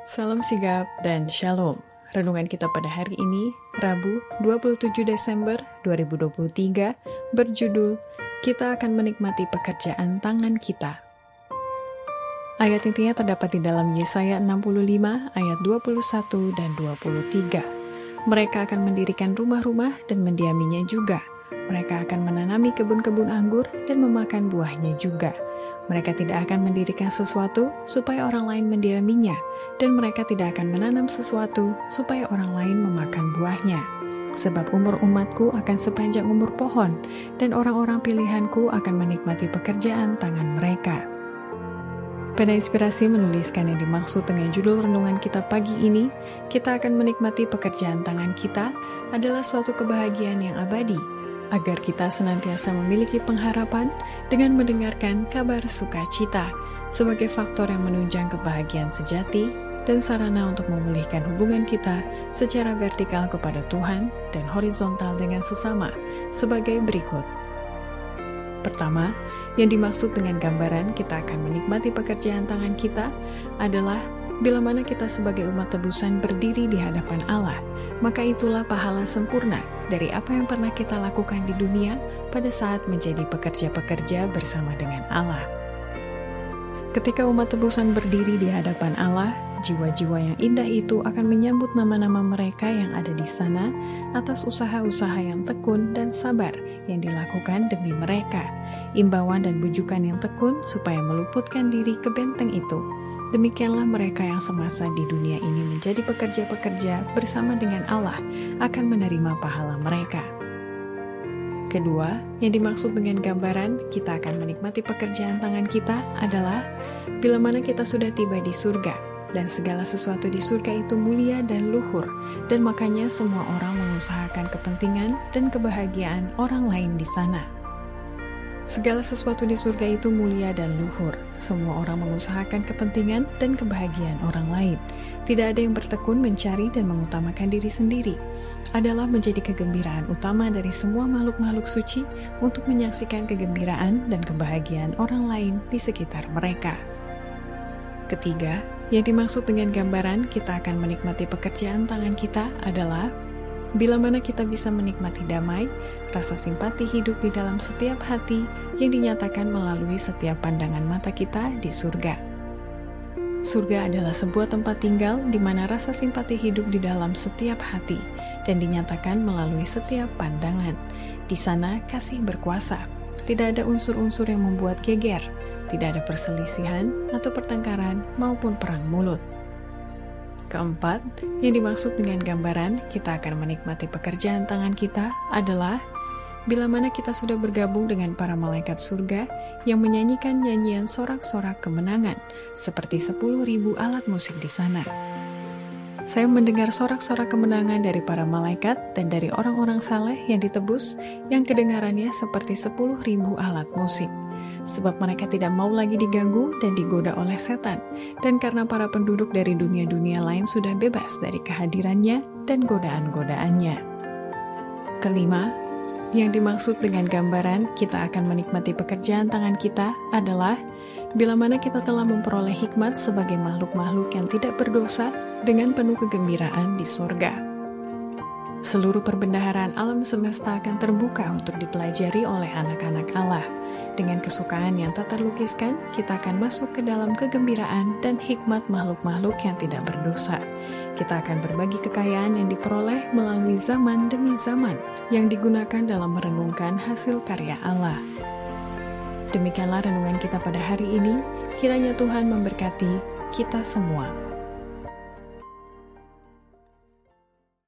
Salam sigap dan shalom. Renungan kita pada hari ini, Rabu 27 Desember 2023, berjudul, Kita akan menikmati pekerjaan tangan kita. Ayat intinya terdapat di dalam Yesaya 65 ayat 21 dan 23. Mereka akan mendirikan rumah-rumah dan mendiaminya juga. Mereka akan menanami kebun-kebun anggur dan memakan buahnya juga. Mereka tidak akan mendirikan sesuatu supaya orang lain mendiaminya, dan mereka tidak akan menanam sesuatu supaya orang lain memakan buahnya. Sebab umur umatku akan sepanjang umur pohon, dan orang-orang pilihanku akan menikmati pekerjaan tangan mereka. Pada Inspirasi menuliskan yang dimaksud dengan judul renungan kita pagi ini, kita akan menikmati pekerjaan tangan kita adalah suatu kebahagiaan yang abadi, agar kita senantiasa memiliki pengharapan dengan mendengarkan kabar sukacita sebagai faktor yang menunjang kebahagiaan sejati dan sarana untuk memulihkan hubungan kita secara vertikal kepada Tuhan dan horizontal dengan sesama sebagai berikut. Pertama, yang dimaksud dengan gambaran kita akan menikmati pekerjaan tangan kita adalah bila mana kita sebagai umat tebusan berdiri di hadapan Allah, maka itulah pahala sempurna dari apa yang pernah kita lakukan di dunia pada saat menjadi pekerja-pekerja bersama dengan Allah. Ketika umat tebusan berdiri di hadapan Allah, jiwa-jiwa yang indah itu akan menyambut nama-nama mereka yang ada di sana atas usaha-usaha yang tekun dan sabar yang dilakukan demi mereka, imbauan dan bujukan yang tekun supaya meluputkan diri ke benteng itu. Demikianlah mereka yang semasa di dunia ini menjadi pekerja-pekerja bersama dengan Allah akan menerima pahala mereka. Kedua, yang dimaksud dengan gambaran kita akan menikmati pekerjaan tangan kita adalah bila mana kita sudah tiba di surga dan segala sesuatu di surga itu mulia dan luhur, dan makanya semua orang mengusahakan kepentingan dan kebahagiaan orang lain di sana. Segala sesuatu di surga itu mulia dan luhur. Semua orang mengusahakan kepentingan dan kebahagiaan orang lain. Tidak ada yang bertekun mencari dan mengutamakan diri sendiri. Adalah menjadi kegembiraan utama dari semua makhluk-makhluk suci untuk menyaksikan kegembiraan dan kebahagiaan orang lain di sekitar mereka. Ketiga, yang dimaksud dengan gambaran kita akan menikmati pekerjaan tangan kita adalah bila mana kita bisa menikmati damai, rasa simpati hidup di dalam setiap hati yang dinyatakan melalui setiap pandangan mata kita di surga. Surga adalah sebuah tempat tinggal di mana rasa simpati hidup di dalam setiap hati dan dinyatakan melalui setiap pandangan. Di sana kasih berkuasa. Tidak ada unsur-unsur yang membuat geger, tidak ada perselisihan atau pertengkaran maupun perang mulut. Keempat, yang dimaksud dengan gambaran kita akan menikmati pekerjaan tangan kita adalah bila mana kita sudah bergabung dengan para malaikat surga yang menyanyikan nyanyian sorak-sorak kemenangan seperti 10.000 alat musik di sana. Saya mendengar sorak-sorak kemenangan dari para malaikat dan dari orang-orang saleh yang ditebus yang kedengarannya seperti 10.000 alat musik. Sebab mereka tidak mau lagi diganggu dan digoda oleh setan, dan karena para penduduk dari dunia-dunia lain sudah bebas dari kehadirannya dan godaan-godaannya. Kelima, yang dimaksud dengan gambaran kita akan menikmati pekerjaan tangan kita adalah bila mana kita telah memperoleh hikmat sebagai makhluk-makhluk yang tidak berdosa dengan penuh kegembiraan di surga. Seluruh perbendaharaan alam semesta akan terbuka untuk dipelajari oleh anak-anak Allah. Dengan kesukaan yang tak terlukiskan, kita akan masuk ke dalam kegembiraan dan hikmat makhluk-makhluk yang tidak berdosa. Kita akan berbagi kekayaan yang diperoleh melalui zaman demi zaman yang digunakan dalam merenungkan hasil karya Allah. Demikianlah renungan kita pada hari ini. Kiranya Tuhan memberkati kita semua.